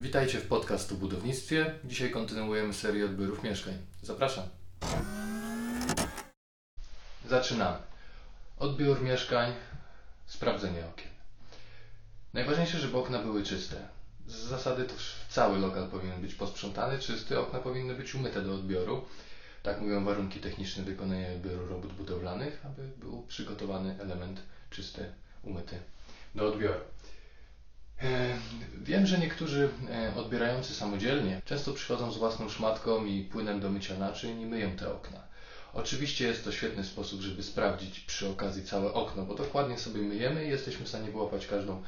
Witajcie w podcastu o budownictwie. Dzisiaj kontynuujemy serię odbiorów mieszkań. Zapraszam. Zaczynamy. Odbiór mieszkań, sprawdzenie okien. Najważniejsze, żeby okna były czyste. Z zasady to cały lokal powinien być posprzątany, czysty, okna powinny być umyte do odbioru. Tak mówią warunki techniczne wykonania odbioru robót budowlanych, aby był przygotowany element czysty, umyty do odbioru. Wiem, że niektórzy odbierający samodzielnie często przychodzą z własną szmatką i płynem do mycia naczyń i myją te okna. Oczywiście jest to świetny sposób, żeby sprawdzić przy okazji całe okno, bo dokładnie sobie myjemy i jesteśmy w stanie wyłapać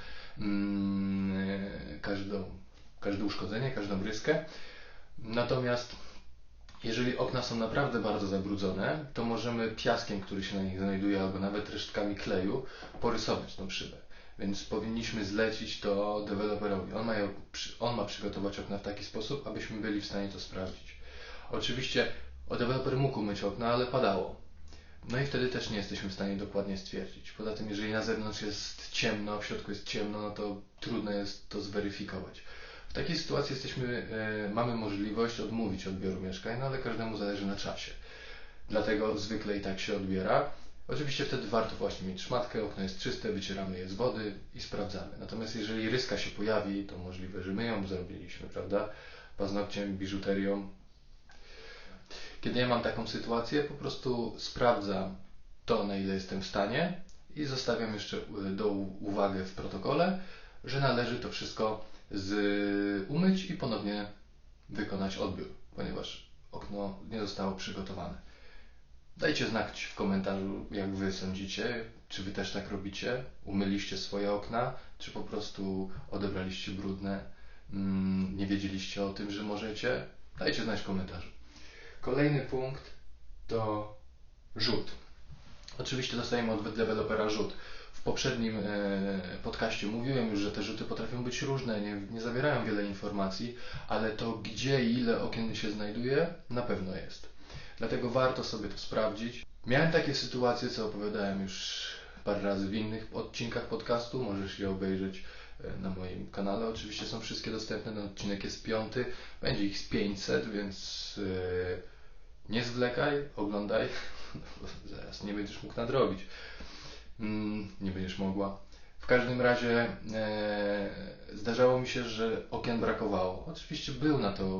każde uszkodzenie, każdą ryskę. Natomiast jeżeli okna są naprawdę bardzo zabrudzone, to możemy piaskiem, który się na nich znajduje, albo nawet resztkami kleju, porysować tą szybę. Więc powinniśmy zlecić to deweloperowi. On ma przygotować okna w taki sposób, abyśmy byli w stanie to sprawdzić. Oczywiście deweloper mógł umyć okna, ale padało. No i wtedy też nie jesteśmy w stanie dokładnie stwierdzić. Poza tym, jeżeli na zewnątrz jest ciemno, w środku jest ciemno, no to trudno jest to zweryfikować. W takiej sytuacji mamy możliwość odmówić odbioru mieszkań, no ale każdemu zależy na czasie. Dlatego zwykle i tak się odbiera. Oczywiście wtedy warto właśnie mieć szmatkę, okno jest czyste, wycieramy je z wody i sprawdzamy. Natomiast jeżeli ryska się pojawi, to możliwe, że my ją zrobiliśmy, prawda? Paznokciem, biżuterią. Kiedy ja mam taką sytuację, po prostu sprawdzam to, na ile jestem w stanie i zostawiam jeszcze uwagę w protokole, że należy to wszystko umyć i ponownie wykonać odbiór, ponieważ okno nie zostało przygotowane. Dajcie znać w komentarzu, jak Wy sądzicie, czy Wy też tak robicie, umyliście swoje okna, czy po prostu odebraliście brudne, nie wiedzieliście o tym, że możecie. Dajcie znać w komentarzu. Kolejny punkt to rzut. Oczywiście dostajemy od dewelopera rzut. W poprzednim podcaście mówiłem już, że te rzuty potrafią być różne, nie zawierają wiele informacji, ale to gdzie i ile okien się znajduje, na pewno jest. Dlatego warto sobie to sprawdzić. Miałem takie sytuacje, co opowiadałem już parę razy w innych odcinkach podcastu. Możesz je obejrzeć na moim kanale. Oczywiście są wszystkie dostępne. Ten odcinek jest 5. Będzie ich z 500, więc nie zwlekaj, oglądaj. Zaraz nie będziesz mógł nadrobić. Nie będziesz mogła. W każdym razie zdarzało mi się, że okien brakowało. Oczywiście było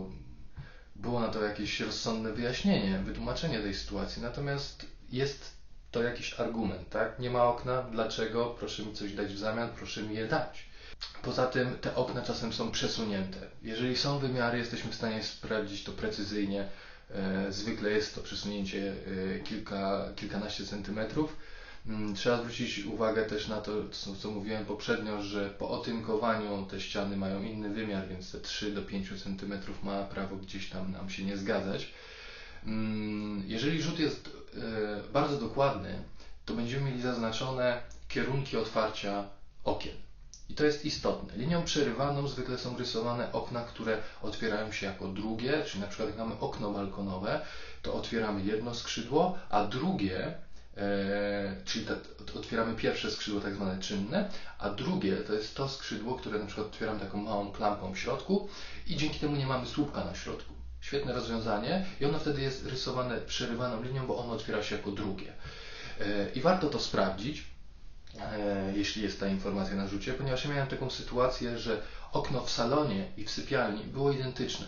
na to jakieś rozsądne wyjaśnienie, wytłumaczenie tej sytuacji, natomiast jest to jakiś argument, tak? Nie ma okna, dlaczego? Proszę mi coś dać w zamian, proszę mi je dać. Poza tym te okna czasem są przesunięte. Jeżeli są wymiary, jesteśmy w stanie sprawdzić to precyzyjnie. Zwykle jest to przesunięcie kilkanaście centymetrów. Trzeba zwrócić uwagę też na to, co mówiłem poprzednio, że po otynkowaniu te ściany mają inny wymiar, więc te 3 do 5 cm ma prawo gdzieś tam nam się nie zgadzać. Jeżeli rzut jest bardzo dokładny, to będziemy mieli zaznaczone kierunki otwarcia okien. I to jest istotne. Linią przerywaną zwykle są rysowane okna, które otwierają się jako drugie, czyli na przykład jak mamy okno balkonowe, to otwieramy jedno skrzydło, a drugie czyli otwieramy pierwsze skrzydło tak zwane czynne, a drugie to jest to skrzydło, które na przykład otwieramy taką małą klampą w środku i dzięki temu nie mamy słupka na środku. Świetne rozwiązanie i ono wtedy jest rysowane przerywaną linią, bo ono otwiera się jako drugie. I warto to sprawdzić, jeśli jest ta informacja na rzucie, ponieważ ja miałem taką sytuację, że okno w salonie i w sypialni było identyczne,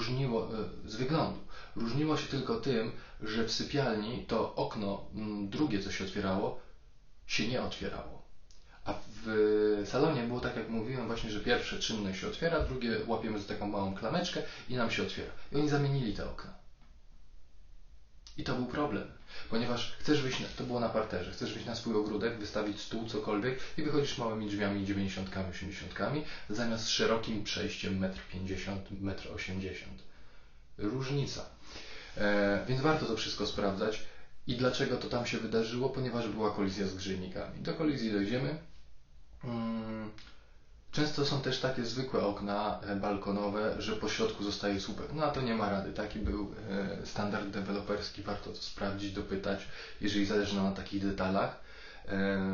z wyglądu. Różniło się tylko tym, że w sypialni to okno drugie, co się otwierało, się nie otwierało. A w salonie było tak, jak mówiłem właśnie, że pierwsze czynne się otwiera, drugie łapiemy za taką małą klameczkę i nam się otwiera. I oni zamienili te okna. I to był problem, ponieważ to było na parterze, chcesz wyjść na swój ogródek, wystawić stół, cokolwiek i wychodzisz małymi drzwiami 90, 80 zamiast szerokim przejściem 1,50 m, 1,80 m. Różnica. Więc warto to wszystko sprawdzać. I dlaczego to tam się wydarzyło? Ponieważ była kolizja z grzejnikami. Do kolizji dojdziemy. Często są też takie zwykłe okna balkonowe, że po środku zostaje słupek. No a to nie ma rady. Taki był standard deweloperski. Warto to sprawdzić, dopytać, jeżeli zależy nam na takich detalach.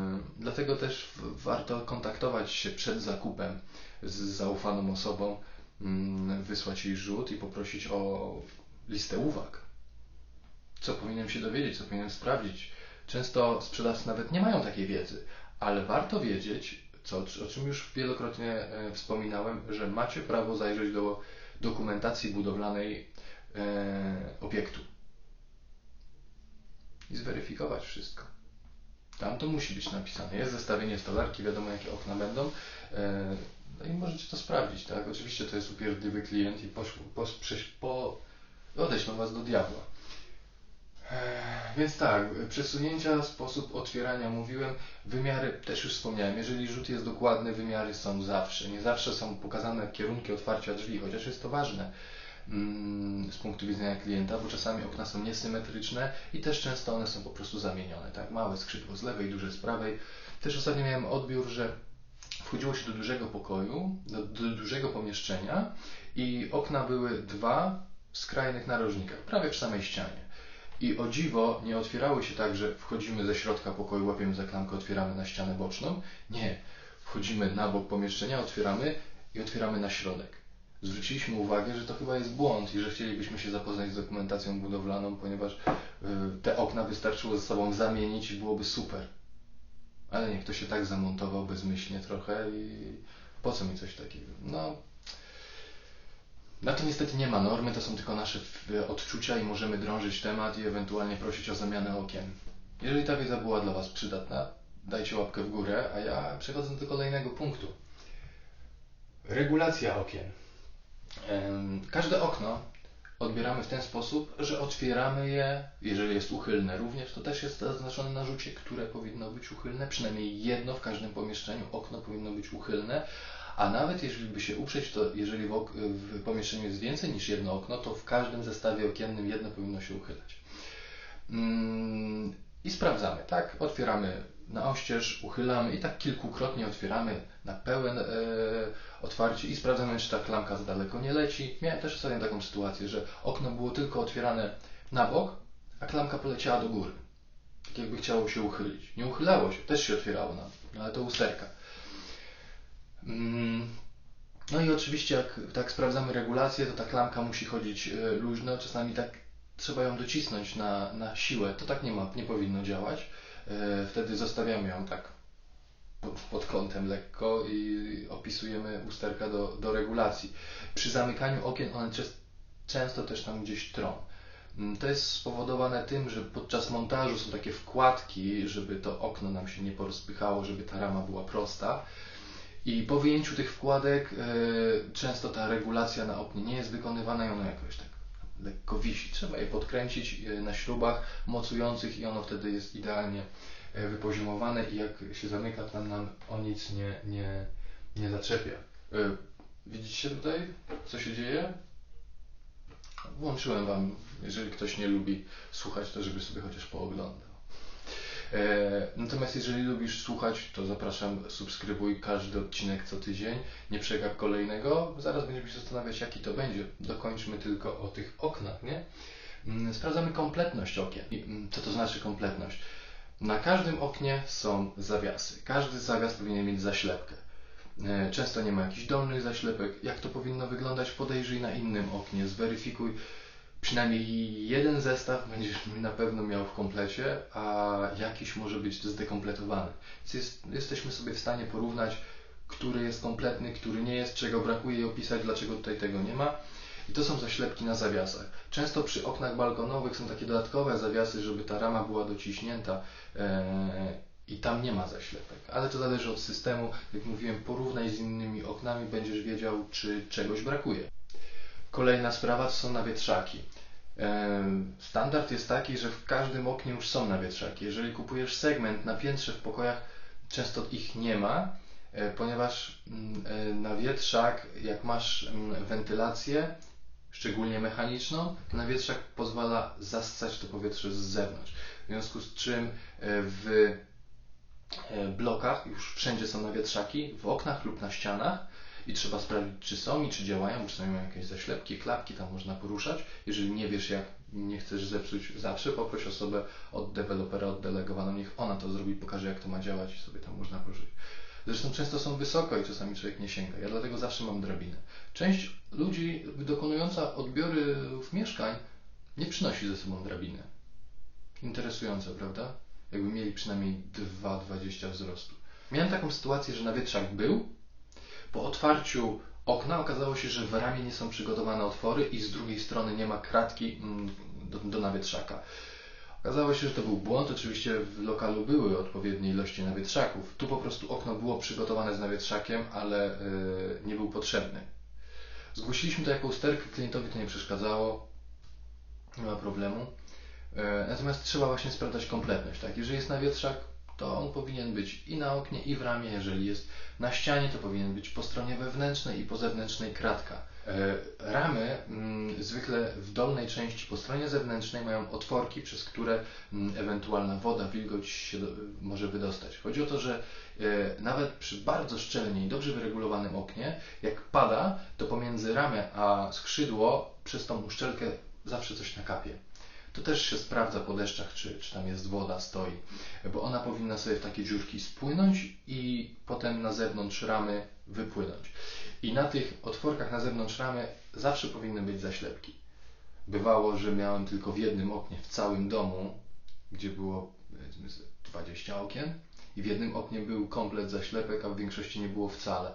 Dlatego też warto kontaktować się przed zakupem z zaufaną osobą, wysłać jej rzut i poprosić o listę uwag. Co powinienem się dowiedzieć, co powinienem sprawdzić. Często sprzedawcy nawet nie mają takiej wiedzy, ale warto wiedzieć, o czym już wielokrotnie wspominałem, że macie prawo zajrzeć do dokumentacji budowlanej obiektu i zweryfikować wszystko. Tam to musi być napisane. Jest zestawienie stolarki, wiadomo jakie okna będą. No i możecie to sprawdzić, tak? Oczywiście to jest upierdliwy klient i odeślą was do diabła. Więc tak, przesunięcia, sposób otwierania mówiłem, wymiary też już wspomniałem. Jeżeli rzut jest dokładny, wymiary są zawsze. Nie zawsze są pokazane kierunki otwarcia drzwi, chociaż jest to ważne z punktu widzenia klienta, bo czasami okna są niesymetryczne i też często one są po prostu zamienione. Tak? Małe skrzydło z lewej, duże z prawej. Też ostatnio miałem odbiór, że wchodziło się do dużego pokoju, do dużego pomieszczenia i okna były dwa w skrajnych narożnikach, prawie w samej ścianie. I o dziwo nie otwierały się tak, że wchodzimy ze środka pokoju, łapiemy za klamkę, otwieramy na ścianę boczną. Nie. Wchodzimy na bok pomieszczenia, otwieramy i otwieramy na środek. Zwróciliśmy uwagę, że to chyba jest błąd i że chcielibyśmy się zapoznać z dokumentacją budowlaną, ponieważ te okna wystarczyło ze sobą zamienić i byłoby super. Ale nie, ktoś się tak zamontował bezmyślnie trochę i po co mi coś takiego? No, na to niestety nie ma normy, to są tylko nasze odczucia i możemy drążyć temat i ewentualnie prosić o zamianę okien. Jeżeli ta wiedza była dla Was przydatna, dajcie łapkę w górę, a ja przechodzę do kolejnego punktu. Regulacja okien. Każde okno odbieramy w ten sposób, że otwieramy je, jeżeli jest uchylne również, to też jest zaznaczone na rzucie, które powinno być uchylne, przynajmniej jedno w każdym pomieszczeniu okno powinno być uchylne, a nawet jeżeli by się uprzeć, to jeżeli w pomieszczeniu jest więcej niż jedno okno, to w każdym zestawie okiennym jedno powinno się uchylać. I sprawdzamy, tak? Otwieramy na oścież, uchylamy i tak kilkukrotnie otwieramy na pełen otwarcie i sprawdzamy, czy ta klamka za daleko nie leci. Miałem też ostatnio taką sytuację, że okno było tylko otwierane na bok, a klamka poleciała do góry. Tak jakby chciało się uchylić. Nie uchylało się, też się otwierało no ale to usterka. No i oczywiście jak tak sprawdzamy regulację, to ta klamka musi chodzić luźno, czasami tak trzeba ją docisnąć na siłę, to tak nie powinno działać. Wtedy zostawiamy ją tak pod kątem lekko i opisujemy usterka do regulacji. Przy zamykaniu okien one często też tam gdzieś trą. To jest spowodowane tym, że podczas montażu są takie wkładki, żeby to okno nam się nie porozpychało, żeby ta rama była prosta. I po wyjęciu tych wkładek często ta regulacja na oknie nie jest wykonywana i ono jakoś tak lekko wisi. Trzeba je podkręcić na śrubach mocujących i ono wtedy jest idealnie wypoziomowane i jak się zamyka, to nam o nic nie zaczepia. Widzicie tutaj, co się dzieje? Włączyłem Wam, jeżeli ktoś nie lubi słuchać, to żeby sobie chociaż pooglądał. Natomiast jeżeli lubisz słuchać, to zapraszam, subskrybuj każdy odcinek co tydzień, nie przegap kolejnego, zaraz będziemy się zastanawiać jaki to będzie, dokończmy tylko o tych oknach, nie? Sprawdzamy kompletność okien. Co to znaczy kompletność? Na każdym oknie są zawiasy, każdy zawias powinien mieć zaślepkę. Często nie ma jakichś dolnych zaślepek, jak to powinno wyglądać, podejrzyj na innym oknie, zweryfikuj. Przynajmniej jeden zestaw będziesz na pewno miał w komplecie, a jakiś może być zdekompletowany. Więc jesteśmy sobie w stanie porównać, który jest kompletny, który nie jest, czego brakuje i opisać, dlaczego tutaj tego nie ma. I to są zaślepki na zawiasach. Często przy oknach balkonowych są takie dodatkowe zawiasy, żeby ta rama była dociśnięta i tam nie ma zaślepek. Ale to zależy od systemu. Jak mówiłem, porównaj z innymi oknami, będziesz wiedział, czy czegoś brakuje. Kolejna sprawa to są nawietrzaki. Standard jest taki, że w każdym oknie już są nawietrzaki. Jeżeli kupujesz segment na piętrze w pokojach, często ich nie ma, ponieważ nawietrzak, jak masz wentylację, szczególnie mechaniczną, to nawietrzak pozwala zassać to powietrze z zewnątrz. W związku z czym w blokach już wszędzie są nawietrzaki, w oknach lub na ścianach i trzeba sprawdzić, czy są i czy działają, czy mają jakieś zaślepki, klapki tam można poruszać. Jeżeli nie wiesz jak, nie chcesz zepsuć, zawsze poproś osobę od dewelopera oddelegowaną, niech ona to zrobi, pokaże jak to ma działać i sobie tam można poruszyć. Zresztą często są wysoko i czasami człowiek nie sięga. Ja dlatego zawsze mam drabinę. Część ludzi dokonująca odbiorów mieszkań nie przynosi ze sobą drabiny. Interesujące, prawda? Jakby mieli przynajmniej 2,20 wzrostu. Miałem taką sytuację, że nawietrzak był. Po otwarciu okna okazało się, że w ramie nie są przygotowane otwory i z drugiej strony nie ma kratki do nawietrzaka. Okazało się, że to był błąd. Oczywiście w lokalu były odpowiednie ilości nawietrzaków. Tu po prostu okno było przygotowane z nawietrzakiem, ale nie był potrzebny. Zgłosiliśmy to jako usterkę, klientowi to nie przeszkadzało. Nie ma problemu. Natomiast trzeba właśnie sprawdzać kompletność. Tak? Jeżeli jest nawietrzak, to on powinien być i na oknie, i w ramie. Jeżeli jest na ścianie, to powinien być po stronie wewnętrznej i po zewnętrznej kratka. Ramy zwykle w dolnej części po stronie zewnętrznej mają otworki, przez które ewentualna woda, wilgoć się może wydostać. Chodzi o to, że nawet przy bardzo szczelnie i dobrze wyregulowanym oknie, jak pada, to pomiędzy ramę a skrzydło przez tą uszczelkę zawsze coś nakapie. To też się sprawdza po deszczach, czy tam jest woda, stoi, bo ona powinna sobie w takie dziurki spłynąć i potem na zewnątrz ramy wypłynąć. I na tych otworkach na zewnątrz ramy zawsze powinny być zaślepki. Bywało, że miałem tylko w jednym oknie w całym domu, gdzie było powiedzmy 20 okien i w jednym oknie był komplet zaślepek, a w większości nie było wcale.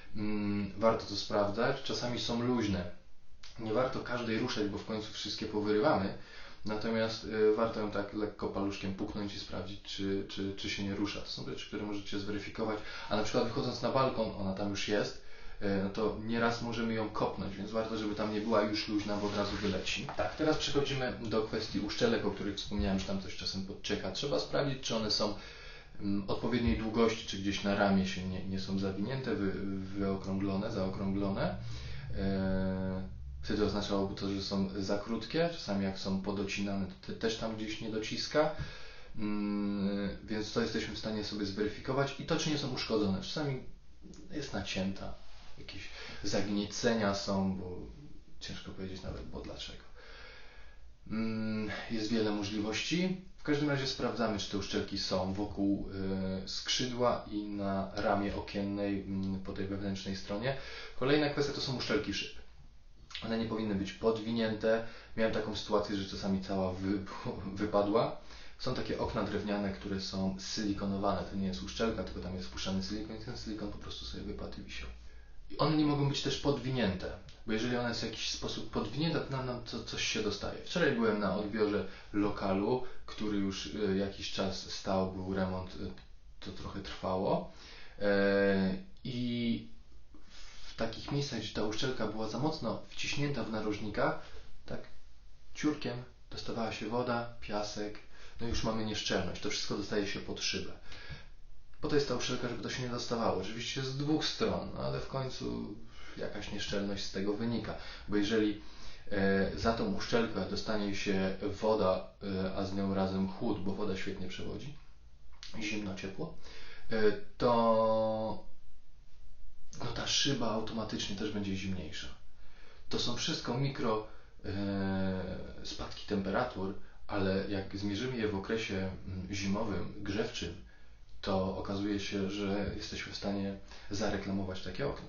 Warto to sprawdzać. Czasami są luźne. Nie warto każdej ruszać, bo w końcu wszystkie powyrywamy. Natomiast warto ją tak lekko paluszkiem puknąć i sprawdzić, czy się nie rusza. To są rzeczy, które możecie zweryfikować. A na przykład wychodząc na balkon, ona tam już jest, no to nieraz możemy ją kopnąć, więc warto, żeby tam nie była już luźna, bo od razu wyleci. Tak, teraz przechodzimy do kwestii uszczelek, o których wspomniałem, że tam coś czasem podcieka. Trzeba sprawdzić, czy one są odpowiedniej długości, czy gdzieś na ramię się nie są zawinięte, wyokrąglone, zaokrąglone. Wtedy oznaczałoby to, że są za krótkie. Czasami jak są podocinane, to też tam gdzieś nie dociska. Więc to jesteśmy w stanie sobie zweryfikować. I to, czy nie są uszkodzone. Czasami jest nacięta. Jakieś zagniecenia są, bo ciężko powiedzieć nawet, bo dlaczego. Jest wiele możliwości. W każdym razie sprawdzamy, czy te uszczelki są wokół skrzydła i na ramie okiennej po tej wewnętrznej stronie. Kolejna kwestia to są uszczelki szyb. One nie powinny być podwinięte. Miałem taką sytuację, że czasami cała wypadła. Są takie okna drewniane, które są silikonowane. To nie jest uszczelka, tylko tam jest wpuszczany silikon i ten silikon po prostu sobie wypadł i wisiał. I one nie mogą być też podwinięte, bo jeżeli one jest w jakiś sposób podwinięta, to nam coś się dostaje. Wczoraj byłem na odbiorze lokalu, który już jakiś czas stał, był remont, to trochę trwało. I w takich miejscach, gdzie ta uszczelka była za mocno wciśnięta w narożnikach, tak ciurkiem dostawała się woda, piasek, no już mamy nieszczelność, to wszystko dostaje się pod szybę. Po to jest ta uszczelka, żeby to się nie dostawało. Oczywiście z dwóch stron, no ale w końcu jakaś nieszczelność z tego wynika, bo jeżeli za tą uszczelkę dostanie się woda, a z nią razem chłód, bo woda świetnie przewodzi, zimno, ciepło, to no ta szyba automatycznie też będzie zimniejsza. To są wszystko mikro spadki temperatur, ale jak zmierzymy je w okresie zimowym, grzewczym, to okazuje się, że jesteśmy w stanie zareklamować takie okno.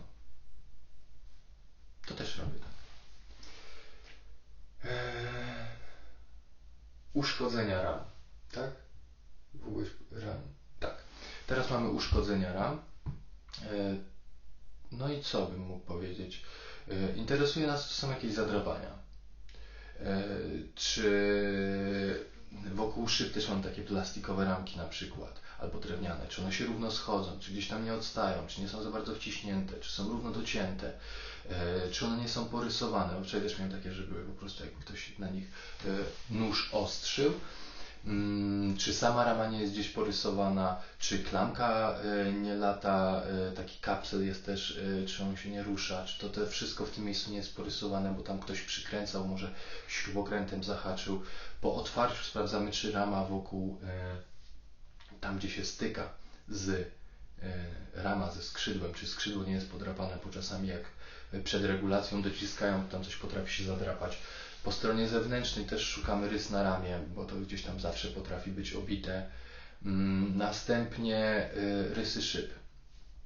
To też robię tak. Uszkodzenia ram, tak? W ogóle ram, tak. Teraz mamy uszkodzenia ram. No i co bym mógł powiedzieć? Interesuje nas, czy są jakieś zadrapania. Czy wokół szyb też mam takie plastikowe ramki na przykład, albo drewniane, czy one się równo schodzą, czy gdzieś tam nie odstają, czy nie są za bardzo wciśnięte, czy są równo docięte, czy one nie są porysowane. Bo wczoraj też miałem takie, że były po prostu jakby ktoś na nich nóż ostrzył. Czy sama rama nie jest gdzieś porysowana, czy klamka nie lata, taki kapsel jest też, czy on się nie rusza, czy to wszystko w tym miejscu nie jest porysowane, bo tam ktoś przykręcał, może śrubokrętem zahaczył. Po otwarciu sprawdzamy, czy rama wokół, tam gdzie się styka z rama ze skrzydłem, czy skrzydło nie jest podrapane, bo czasami jak przed regulacją dociskają, to tam coś potrafi się zadrapać. Po stronie zewnętrznej też szukamy rys na ramię, bo to gdzieś tam zawsze potrafi być obite. Następnie rysy szyb.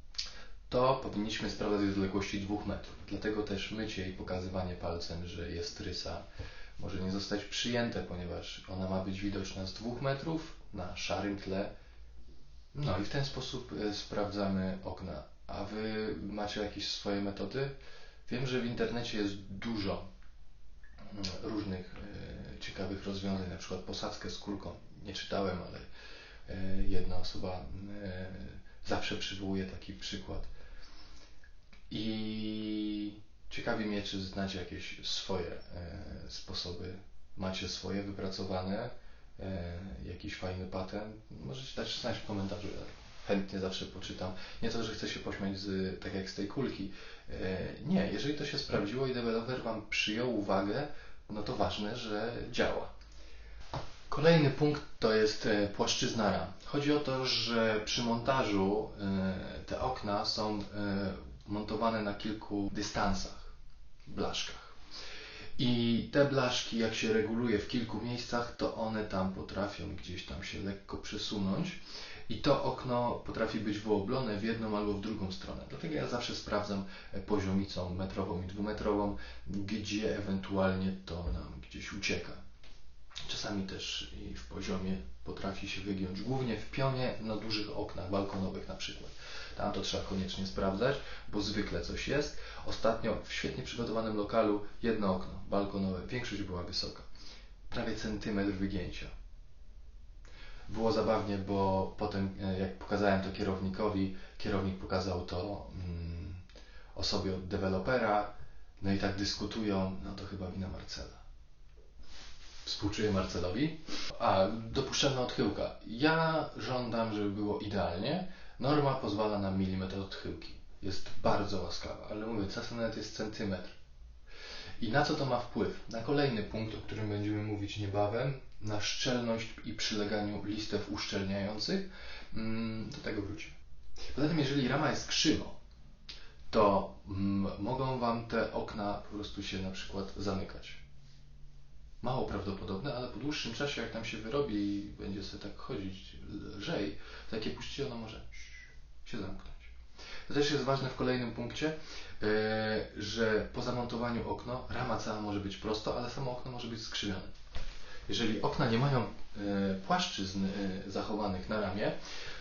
to powinniśmy sprawdzać z odległości 2 metrów. Dlatego też mycie i pokazywanie palcem, że jest rysa, może nie zostać przyjęte, ponieważ ona ma być widoczna z 2 metrów na szarym tle. No i w ten sposób sprawdzamy okna. A Wy macie jakieś swoje metody? Wiem, że w internecie jest dużo różnych ciekawych rozwiązań, na przykład posadzkę z kulką. Nie czytałem, ale jedna osoba zawsze przywołuje taki przykład. I ciekawi mnie, czy znacie jakieś swoje sposoby, macie swoje wypracowane, jakiś fajny patent. Możecie dać znać w komentarzu, ja chętnie zawsze poczytam. Nie to, że chcę się pośmiać tak jak z tej kulki. Nie, jeżeli to się sprawdziło i deweloper Wam przyjął uwagę, no to ważne, że działa. Kolejny punkt to jest płaszczyzna ram. Chodzi o to, że przy montażu te okna są montowane na kilku dystansach, blaszkach. I te blaszki, jak się reguluje w kilku miejscach, to one tam potrafią gdzieś tam się lekko przesunąć i to okno potrafi być wyoblone w jedną albo w drugą stronę. Dlatego ja zawsze sprawdzam poziomicą metrową i dwumetrową, gdzie ewentualnie to nam gdzieś ucieka. Czasami też i w poziomie potrafi się wygiąć, głównie w pionie na dużych oknach balkonowych na przykład. Tam to trzeba koniecznie sprawdzać, bo zwykle coś jest. Ostatnio w świetnie przygotowanym lokalu jedno okno balkonowe, większość była wysoka. Prawie centymetr wygięcia. Było zabawnie, bo potem jak pokazałem to kierownikowi, kierownik pokazał to osobie od dewelopera, no i tak dyskutują, no to chyba wina Marcela. Współczuję Marcelowi. Dopuszczalna odchyłka. Ja żądam, żeby było idealnie. Norma pozwala na milimetr odchyłki. Jest bardzo łaskawa, ale mówię, czasem nawet jest centymetr. I na co to ma wpływ? Na kolejny punkt, o którym będziemy mówić niebawem, na szczelność i przyleganiu listew uszczelniających. Do tego wrócimy. Poza tym, jeżeli rama jest krzywo, to mogą Wam te okna po prostu się na przykład zamykać. Mało prawdopodobne, ale po dłuższym czasie, jak tam się wyrobi i będzie sobie tak chodzić lżej, to jak je puścicie, ono może się zamknąć. To też jest ważne w kolejnym punkcie, że po zamontowaniu okno rama cała może być prosto, ale samo okno może być skrzywione. Jeżeli okna nie mają płaszczyzn zachowanych na ramie,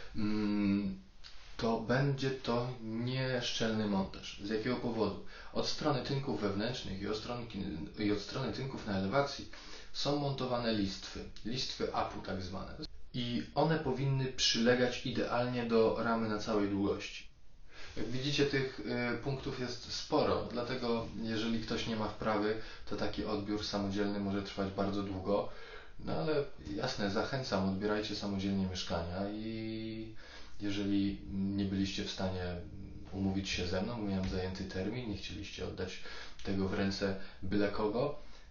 to będzie to nieszczelny montaż. Z jakiego powodu? Od strony tynków wewnętrznych i od strony tynków na elewacji są montowane listwy APU tak zwane. I one powinny przylegać idealnie do ramy na całej długości. Jak widzicie, tych punktów jest sporo, dlatego jeżeli ktoś nie ma wprawy, to taki odbiór samodzielny może trwać bardzo długo. No ale jasne, zachęcam, odbierajcie samodzielnie mieszkania i jeżeli nie byliście w stanie umówić się ze mną, miałem zajęty termin, nie chcieliście oddać tego w ręce byle kogo,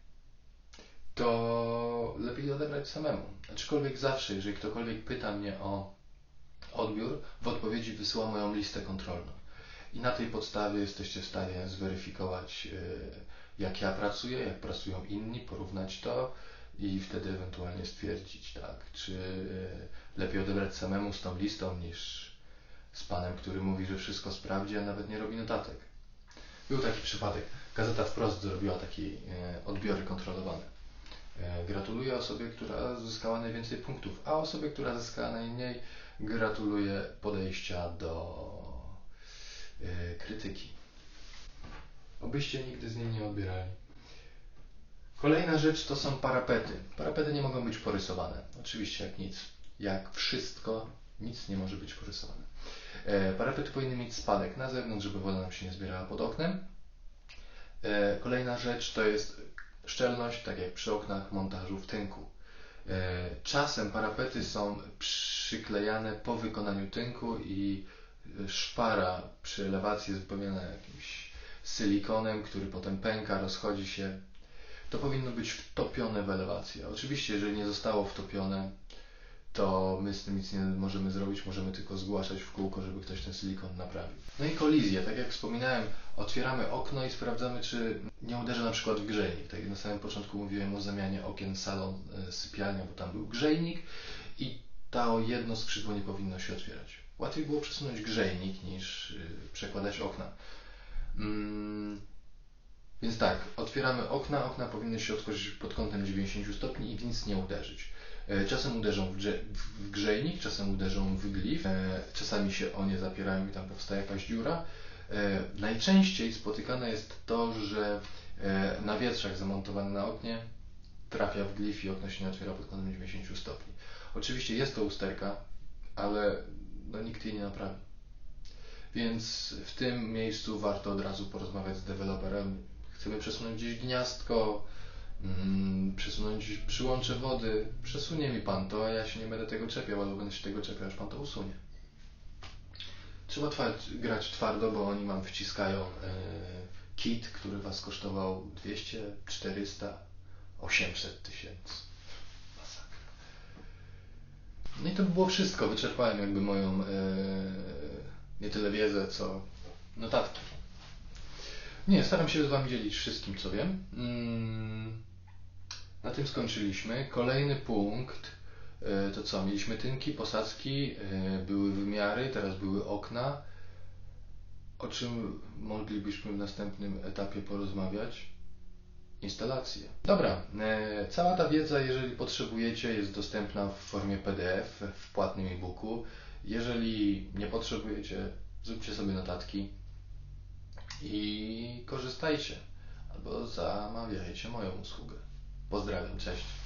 to lepiej odebrać samemu. Aczkolwiek zawsze, jeżeli ktokolwiek pyta mnie o odbiór, w odpowiedzi wysyłam moją listę kontrolną. I na tej podstawie jesteście w stanie zweryfikować, jak ja pracuję, jak pracują inni, porównać to i wtedy ewentualnie stwierdzić, tak, czy lepiej odebrać samemu z tą listą niż z panem, który mówi, że wszystko sprawdzi, a nawet nie robi notatek. Był taki przypadek. Gazeta Wprost zrobiła takie odbiory kontrolowane. Gratuluję osobie, która zyskała najwięcej punktów, a osobie, która zyskała najmniej, gratuluję podejścia do krytyki. Obyście nigdy z niej nie odbierali. Kolejna rzecz to są parapety. Parapety nie mogą być porysowane. Oczywiście jak nic. Jak wszystko, nic nie może być porysowane. Parapety powinny mieć spadek na zewnątrz, żeby woda nam się nie zbierała pod oknem. Kolejna rzecz to jest szczelność, tak jak przy oknach montażu w tynku. Czasem parapety są przyklejane po wykonaniu tynku i szpara przy elewacji jest wypełniona jakimś silikonem, który potem pęka, rozchodzi się. To powinno być wtopione w elewację. Oczywiście, jeżeli nie zostało wtopione, to my z tym nic nie możemy zrobić, możemy tylko zgłaszać w kółko, żeby ktoś ten silikon naprawił. No i kolizje, tak jak wspominałem, otwieramy okno i sprawdzamy, czy nie uderza na przykład w grzejnik. Tak jak na samym początku mówiłem o zamianie okien salon, sypialnia, bo tam był grzejnik i to jedno skrzydło nie powinno się otwierać. Łatwiej było przesunąć grzejnik niż przekładać okna. Więc tak, otwieramy okna. Okna powinny się otworzyć pod kątem 90 stopni i w nic nie uderzyć. Czasem uderzą w grzejnik, czasem uderzą w glif, czasami się o nie zapierają i tam powstaje jakaś dziura. Najczęściej spotykane jest to, że nawietrzak zamontowany na oknie trafia w glif i okno się nie otwiera pod kątem 90 stopni. Oczywiście jest to usterka, ale nikt jej nie naprawi. Więc w tym miejscu warto od razu porozmawiać z deweloperem. Chcemy przesunąć gdzieś gniazdko, przesunąć przyłącze wody. Przesunie mi Pan to, a ja się nie będę tego czepiał, albo będę się tego czepiał, aż Pan to usunie. Trzeba grać twardo, bo oni Wam wciskają kit, który Was kosztował 200, 400, 800 tysięcy. Masakra. No i to by było wszystko. Wyczerpałem jakby moją nie tyle wiedzę, co notatki. Nie, staram się z Wami dzielić wszystkim, co wiem. Na tym skończyliśmy. Kolejny punkt to co? Mieliśmy tynki, posadzki, były wymiary, teraz były okna. O czym moglibyśmy w następnym etapie porozmawiać? Instalacje. Dobra, cała ta wiedza, jeżeli potrzebujecie, jest dostępna w formie PDF w płatnym e-booku. Jeżeli nie potrzebujecie, zróbcie sobie notatki i korzystajcie albo zamawiajcie moją usługę. Pozdrawiam, cześć.